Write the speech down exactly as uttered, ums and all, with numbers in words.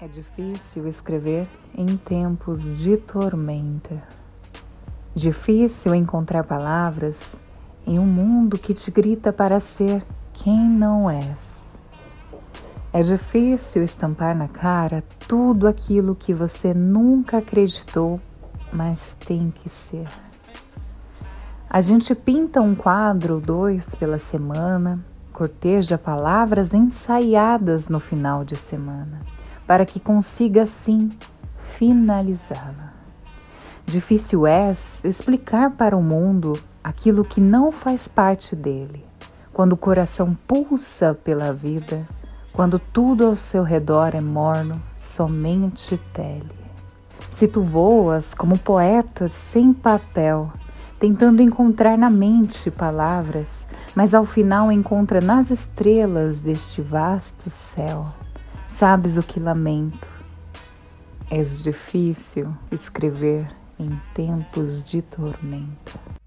É difícil escrever em tempos de tormenta. Difícil encontrar palavras em um mundo que te grita para ser quem não és. É difícil estampar na cara tudo aquilo que você nunca acreditou, mas tem que ser. A gente pinta um quadro ou dois pela semana, corteja palavras ensaiadas no final de semana, para que consiga assim finalizá-la. Difícil é explicar para o mundo aquilo que não faz parte dele, quando o coração pulsa pela vida, quando tudo ao seu redor é morno, somente pele. Se tu voas como poeta sem papel, tentando encontrar na mente palavras, mas ao final encontra nas estrelas deste vasto céu, sabes o que lamento? É difícil escrever em tempos de tormenta.